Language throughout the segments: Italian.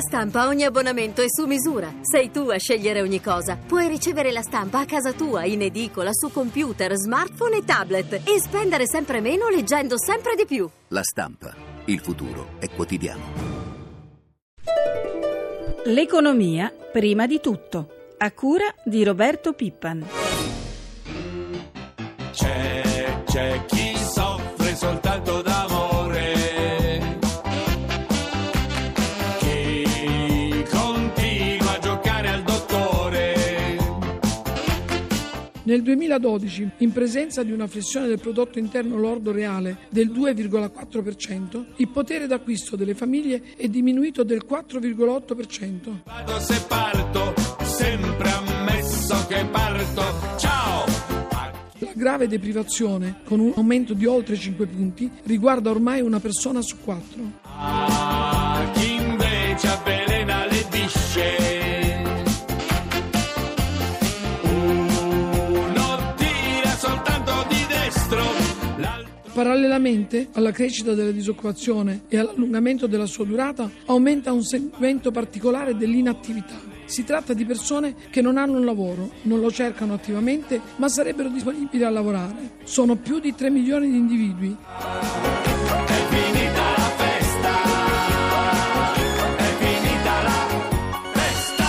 Stampa ogni abbonamento è su misura. Sei tu a scegliere ogni cosa. Puoi ricevere la stampa a casa tua, in edicola, su computer, smartphone e tablet e spendere sempre meno leggendo sempre di più. La Stampa. Il futuro è quotidiano. L'economia prima di tutto. A cura di Roberto Pippan. C'è chi soffre soltanto d'amore, chi continua a giocare al dottore. Nel 2012, in presenza di una flessione del prodotto interno lordo reale del 2,4%, il potere d'acquisto delle famiglie è diminuito del 4,8%. Vado se parto, sempre ammesso che parto. Ciao! La grave deprivazione, con un aumento di oltre 5 punti, riguarda ormai una persona su 4. Chi invece avvelena le bisce, uno tira soltanto di destro, Parallelamente alla crescita della disoccupazione e all'allungamento della sua durata, aumenta un segmento particolare dell'inattività. Si tratta di persone che non hanno un lavoro, non lo cercano attivamente, ma sarebbero disponibili a lavorare. Sono più di 3 milioni di individui. è finita la festa, è finita la festa.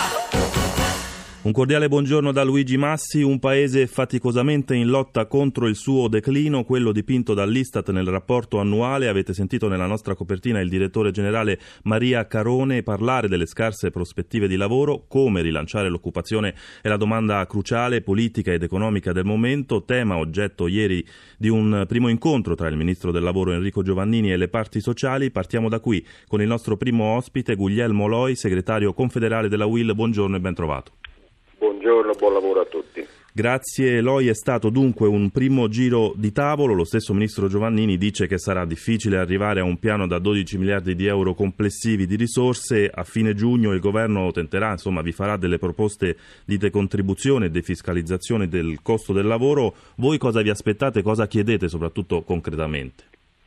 Un cordiale buongiorno da Luigi Massi. Un paese faticosamente in lotta contro il suo declino, quello dipinto dall'Istat nel rapporto annuale. Avete sentito nella nostra copertina il direttore generale Maria Carone parlare delle scarse prospettive di lavoro. Come rilanciare l'occupazione è la domanda cruciale, politica ed economica del momento, tema oggetto ieri di un primo incontro tra il ministro del lavoro Enrico Giovannini e le parti sociali. Partiamo da qui con il nostro primo ospite, Guglielmo Loi, segretario confederale della UIL. Buongiorno e ben trovato. Buongiorno, buon lavoro a tutti. Grazie. Loi è stato dunque un primo giro di tavolo. Lo stesso ministro Giovannini dice che sarà difficile arrivare a un piano da 12 miliardi di euro complessivi di risorse. A fine giugno il governo tenterà, vi farà delle proposte di decontribuzione e defiscalizzazione del costo del lavoro. Voi cosa vi aspettate, cosa chiedete soprattutto concretamente?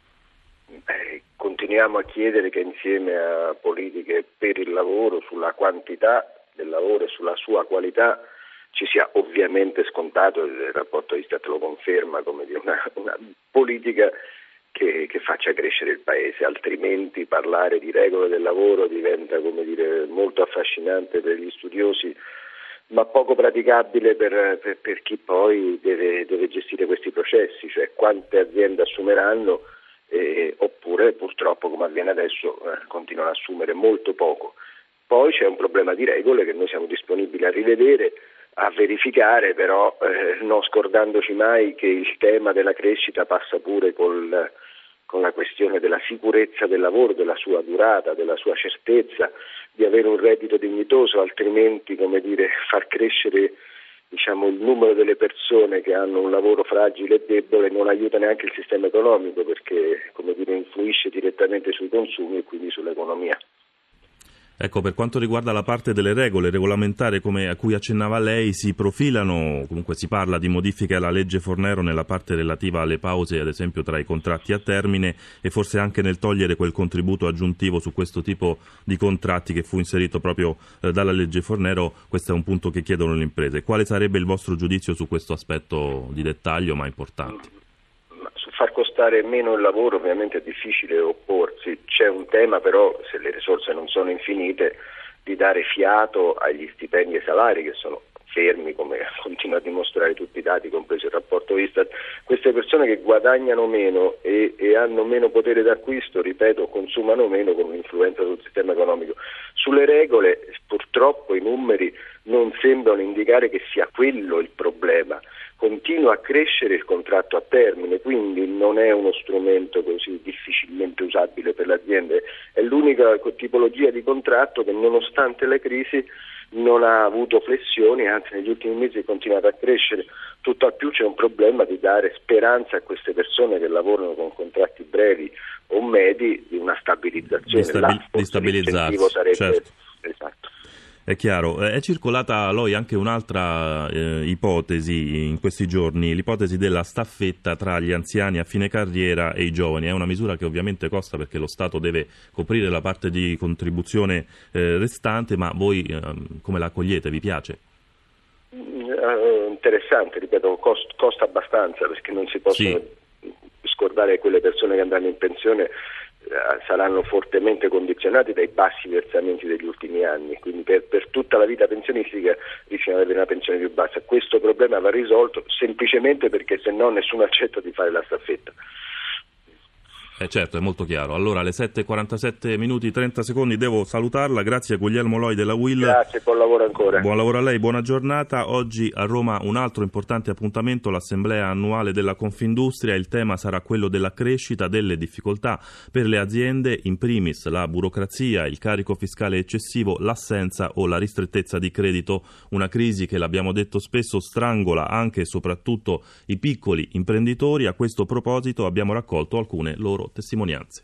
Continuiamo a chiedere che insieme a politiche per il lavoro, sulla quantità del lavoro e sulla sua qualità, ci sia ovviamente scontato, il rapporto Istat lo conferma, come dire, una politica che faccia crescere il paese, altrimenti parlare di regole del lavoro diventa, molto affascinante per gli studiosi, ma poco praticabile per chi poi deve gestire questi processi, cioè quante aziende assumeranno oppure purtroppo, come avviene adesso, continuano ad assumere molto poco. Poi c'è un problema di regole che noi siamo disponibili a rivedere, a verificare, però non scordandoci mai che il tema della crescita passa pure con la questione della sicurezza del lavoro, della sua durata, della sua certezza, di avere un reddito dignitoso, altrimenti far crescere il numero delle persone che hanno un lavoro fragile e debole non aiuta neanche il sistema economico, perché influisce direttamente sui consumi e quindi sull'economia. Ecco, per quanto riguarda la parte delle regole regolamentari a cui accennava lei, si profilano, comunque si parla di modifiche alla legge Fornero nella parte relativa alle pause, ad esempio tra i contratti a termine, e forse anche nel togliere quel contributo aggiuntivo su questo tipo di contratti che fu inserito proprio dalla legge Fornero. Questo è un punto che chiedono le imprese. Quale sarebbe il vostro giudizio su questo aspetto di dettaglio ma importante? Far costare meno il lavoro ovviamente è difficile opporsi, c'è un tema però, se le risorse non sono infinite, di dare fiato agli stipendi e salari che sono fermi, come continua a dimostrare tutti i dati, compreso il rapporto Istat. Queste persone che guadagnano meno e hanno meno potere d'acquisto, ripeto, consumano meno, con un'influenza sul sistema economico. Sulle regole purtroppo i numeri non sembrano indicare che sia quello il problema. Continua a crescere il contratto a termine, quindi non è uno strumento così difficilmente usabile per le aziende, è l'unica tipologia di contratto che nonostante le crisi non ha avuto flessioni, anzi negli ultimi mesi è continuato a crescere. Tutto al più c'è un problema di dare speranza a queste persone che lavorano con contratti brevi o medi di una stabilizzazione. Di stabilizzarsi, sarebbe, certo. Esatto. È chiaro. È circolata, Loi, anche un'altra ipotesi in questi giorni, l'ipotesi della staffetta tra gli anziani a fine carriera e i giovani. È una misura che ovviamente costa perché lo Stato deve coprire la parte di contribuzione restante, ma voi come la accogliete? Vi piace? Interessante, ripeto, costa abbastanza, perché non si possono scordare che quelle persone che andranno in pensione saranno fortemente condizionati dai bassi versamenti degli ultimi anni, quindi per tutta la vita pensionistica rischiano di avere una pensione più bassa. Questo problema va risolto semplicemente perché se no nessuno accetta di fare la staffetta. Certo, è molto chiaro. Allora, alle 7:47 minuti 30 secondi devo salutarla. Grazie a Guglielmo Loi della UIL. Grazie, buon lavoro ancora. Buon lavoro a lei, buona giornata. Oggi a Roma un altro importante appuntamento, l'assemblea annuale della Confindustria. Il tema sarà quello della crescita, delle difficoltà per le aziende, in primis la burocrazia, il carico fiscale eccessivo, l'assenza o la ristrettezza di credito. Una crisi che, l'abbiamo detto spesso, strangola anche e soprattutto i piccoli imprenditori. A questo proposito abbiamo raccolto alcune loro testimonianze.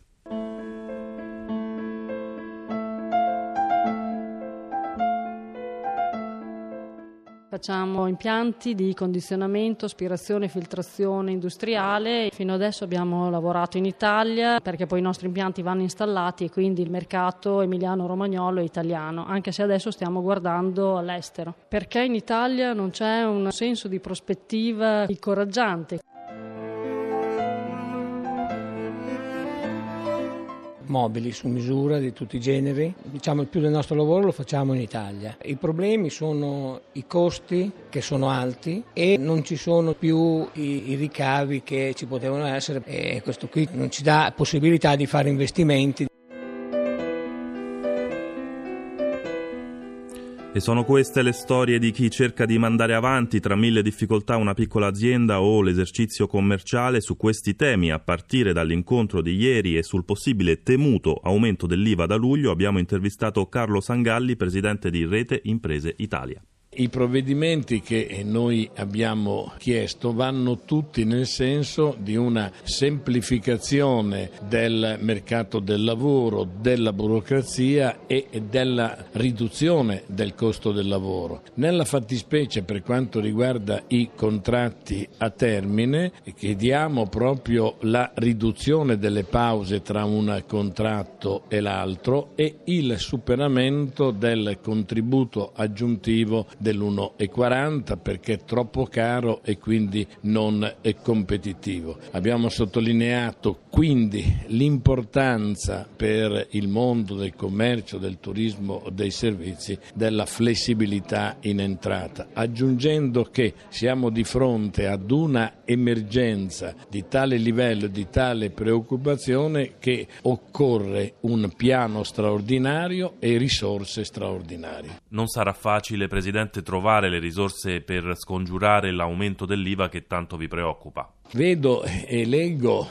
Facciamo impianti di condizionamento, aspirazione e filtrazione industriale. Fino adesso abbiamo lavorato in Italia perché poi i nostri impianti vanno installati e quindi il mercato emiliano-romagnolo è italiano, anche se adesso stiamo guardando all'estero. Perché in Italia non c'è un senso di prospettiva incoraggiante. Mobili su misura di tutti i generi, il più del nostro lavoro lo facciamo in Italia. I problemi sono i costi che sono alti e non ci sono più i ricavi che ci potevano essere e questo qui non ci dà possibilità di fare investimenti. E sono queste le storie di chi cerca di mandare avanti tra mille difficoltà una piccola azienda o l'esercizio commerciale. Su questi temi, a partire dall'incontro di ieri e sul possibile temuto aumento dell'IVA da luglio, abbiamo intervistato Carlo Sangalli, presidente di Rete Imprese Italia. I provvedimenti che noi abbiamo chiesto vanno tutti nel senso di una semplificazione del mercato del lavoro, della burocrazia e della riduzione del costo del lavoro. Nella fattispecie, per quanto riguarda i contratti a termine, chiediamo proprio la riduzione delle pause tra un contratto e l'altro e il superamento del contributo aggiuntivo dell'1,40 perché è troppo caro e quindi non è competitivo. Abbiamo sottolineato quindi l'importanza per il mondo del commercio, del turismo, dei servizi, della flessibilità in entrata, aggiungendo che siamo di fronte ad una emergenza di tale livello, di tale preoccupazione che occorre un piano straordinario e risorse straordinarie. Non sarà facile, Presidente, trovare le risorse per scongiurare l'aumento dell'IVA che tanto vi preoccupa. Vedo e leggo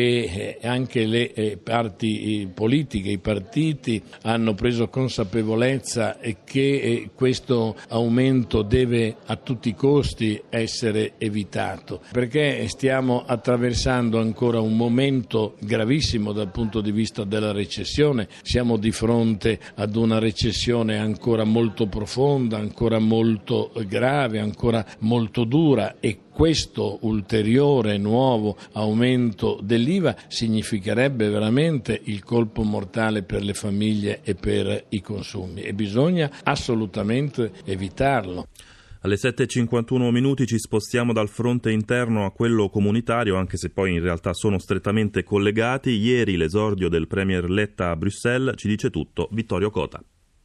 che anche le parti politiche, i partiti hanno preso consapevolezza che questo aumento deve a tutti i costi essere evitato, perché stiamo attraversando ancora un momento gravissimo dal punto di vista della recessione, siamo di fronte ad una recessione ancora molto profonda, ancora molto grave, ancora molto dura e questo ulteriore nuovo aumento dell'IVA significherebbe veramente il colpo mortale per le famiglie e per i consumi e bisogna assolutamente evitarlo. Alle 7:51 minuti ci spostiamo dal fronte interno a quello comunitario, anche se poi in realtà sono strettamente collegati. Ieri l'esordio del Premier Letta a Bruxelles ci dice tutto. Vittorio Cota.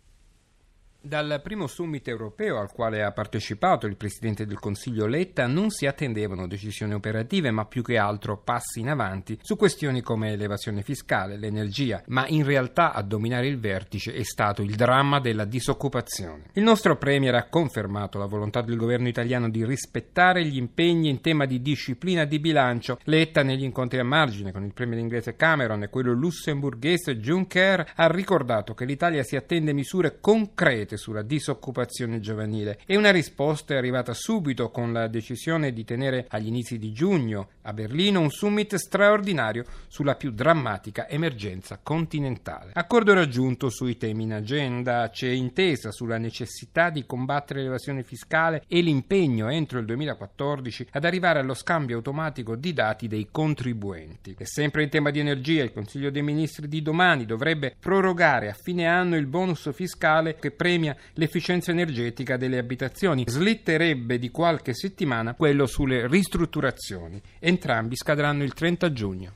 Dal primo summit europeo al quale ha partecipato il Presidente del Consiglio Letta non si attendevano decisioni operative, ma più che altro passi in avanti su questioni come l'evasione fiscale, l'energia, ma in realtà a dominare il vertice è stato il dramma della disoccupazione. Il nostro Premier ha confermato la volontà del governo italiano di rispettare gli impegni in tema di disciplina di bilancio. Letta, negli incontri a margine con il Premier inglese Cameron e quello lussemburghese Juncker, ha ricordato che l'Italia si attende misure concrete summit sulla disoccupazione giovanile e una risposta è arrivata subito con la decisione di tenere agli inizi di giugno a Berlino un summit straordinario sulla più drammatica emergenza continentale. Accordo raggiunto sui temi in agenda, c'è intesa sulla necessità di combattere l'evasione fiscale e l'impegno entro il 2014 ad arrivare allo scambio automatico di dati dei contribuenti. E sempre in tema di energia, il Consiglio dei Ministri di domani dovrebbe prorogare a fine anno il bonus fiscale che premia l'efficienza energetica delle abitazioni. Slitterebbe di qualche settimana quello sulle ristrutturazioni. Entrambi scadranno il 30 giugno.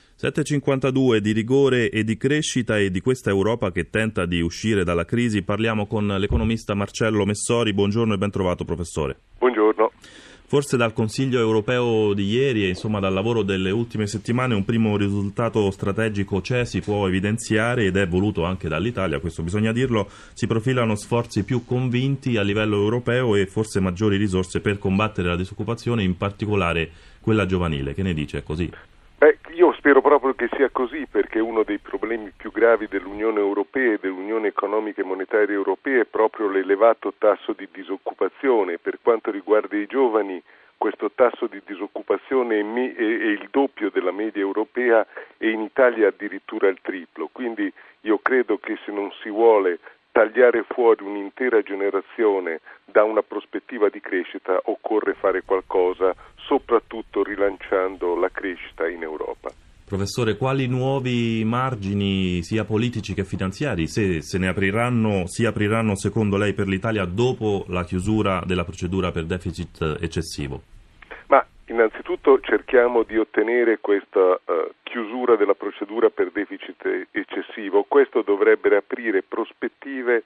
7.52 di rigore e di crescita e di questa Europa che tenta di uscire dalla crisi. Parliamo con l'economista Marcello Messori. Buongiorno e ben trovato, professore. Buongiorno. Forse dal Consiglio europeo di ieri e insomma dal lavoro delle ultime settimane un primo risultato strategico c'è, si può evidenziare ed è voluto anche dall'Italia, questo bisogna dirlo. Si profilano sforzi più convinti a livello europeo e forse maggiori risorse per combattere la disoccupazione, in particolare quella giovanile. Che ne dice? È così? Io spero proprio che sia così, perché uno dei problemi più gravi dell'Unione Europea e dell'Unione Economica e Monetaria Europea è proprio l'elevato tasso di disoccupazione. Per quanto riguarda i giovani, questo tasso di disoccupazione è il doppio della media europea e in Italia addirittura il triplo. Quindi io credo che se non si vuole tagliare fuori un'intera generazione da una prospettiva di crescita occorre fare qualcosa, soprattutto rilanciando la crescita in Europa. Professore, quali nuovi margini sia politici che finanziari si apriranno secondo lei per l'Italia dopo la chiusura della procedura per deficit eccessivo? Ma innanzitutto cerchiamo di ottenere questa chiusura della procedura per deficit eccessivo. Questo dovrebbe aprire prospettive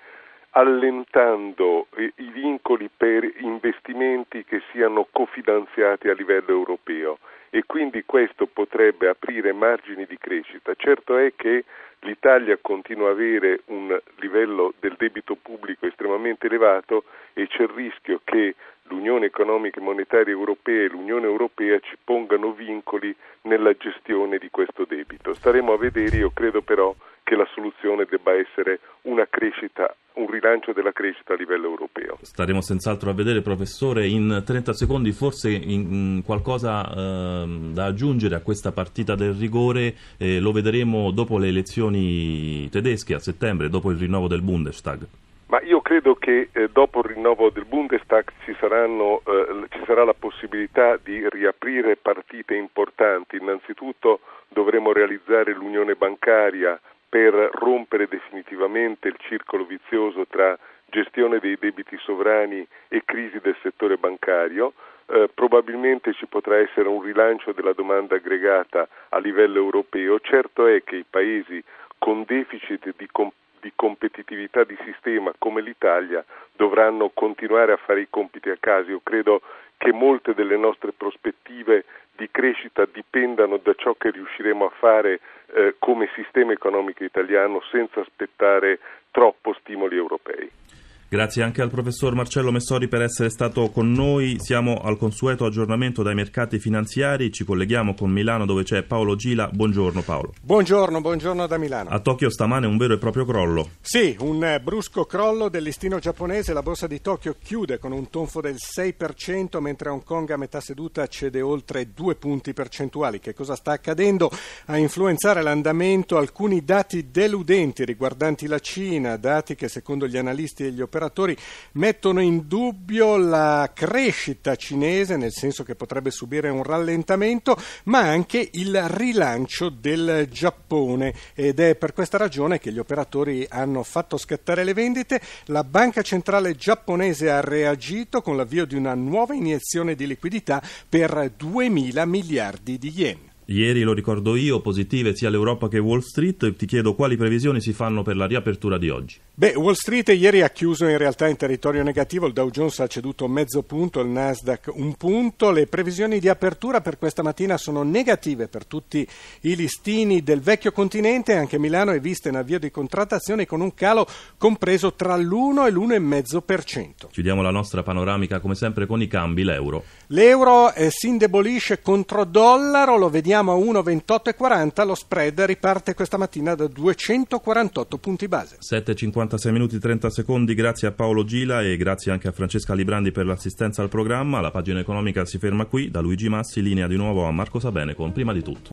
allentando i vincoli per investimenti che siano cofinanziati a livello europeo e quindi questo potrebbe aprire margini di crescita. Certo è che l'Italia continua a avere un livello del debito pubblico estremamente elevato e c'è il rischio che l'Unione Economica e Monetaria Europea e l'Unione Europea ci pongano vincoli nella gestione di questo debito. Staremo a vedere, io credo però che la soluzione debba essere una crescita, un rilancio della crescita a livello europeo. Staremo senz'altro a vedere, professore. In 30 secondi forse in qualcosa da aggiungere a questa partita del rigore, lo vedremo dopo le elezioni tedesche a settembre, dopo il rinnovo del Bundestag. Ma io credo che dopo il rinnovo del Bundestag ci sarà la possibilità di riaprire partite importanti. Innanzitutto dovremo realizzare l'unione bancaria per rompere definitivamente il circolo vizioso tra gestione dei debiti sovrani e crisi del settore bancario. Probabilmente ci potrà essere un rilancio della domanda aggregata a livello europeo. Certo è che i paesi con deficit di competitività di sistema come l'Italia dovranno continuare a fare i compiti a casa. Io credo che molte delle nostre prospettive di crescita dipendano da ciò che riusciremo a fare come sistema economico italiano senza aspettare troppo stimoli europei. Grazie anche al professor Marcello Messori per essere stato con noi. Siamo al consueto aggiornamento dai mercati finanziari, ci colleghiamo con Milano dove c'è Paolo Gila. Buongiorno Paolo. Buongiorno da Milano. A Tokyo stamane un vero e proprio crollo. Sì, un brusco crollo del listino giapponese. La borsa di Tokyo chiude con un tonfo del 6%, mentre Hong Kong a metà seduta cede oltre 2 punti percentuali. Che cosa sta accadendo? A influenzare l'andamento alcuni dati deludenti riguardanti la Cina, dati che secondo gli analisti e gli operatori mettono in dubbio la crescita cinese, nel senso che potrebbe subire un rallentamento, ma anche il rilancio del Giappone, ed è per questa ragione che gli operatori hanno fatto scattare le vendite. La banca centrale giapponese ha reagito con l'avvio di una nuova iniezione di liquidità per 2.000 miliardi di yen. Ieri, lo ricordo io, positive sia l'Europa che Wall Street. Ti chiedo quali previsioni si fanno per la riapertura di oggi. Wall Street ieri ha chiuso in realtà in territorio negativo, il Dow Jones ha ceduto mezzo punto, il Nasdaq 1 punto. Le previsioni di apertura per questa mattina sono negative per tutti i listini del vecchio continente, anche Milano è vista in avvio di contrattazione con un calo compreso tra l'1 e l'1,5%. Chiudiamo la nostra panoramica come sempre con i cambi, l'euro. L'euro si indebolisce contro dollaro, lo vediamo a 1,2840, lo spread riparte questa mattina da 248 punti base. 7,50 56 minuti e 30 secondi, grazie a Paolo Gila e grazie anche a Francesca Librandi per l'assistenza al programma. La pagina economica si ferma qui, da Luigi Massi linea di nuovo a Marco Sabene con Prima di tutto.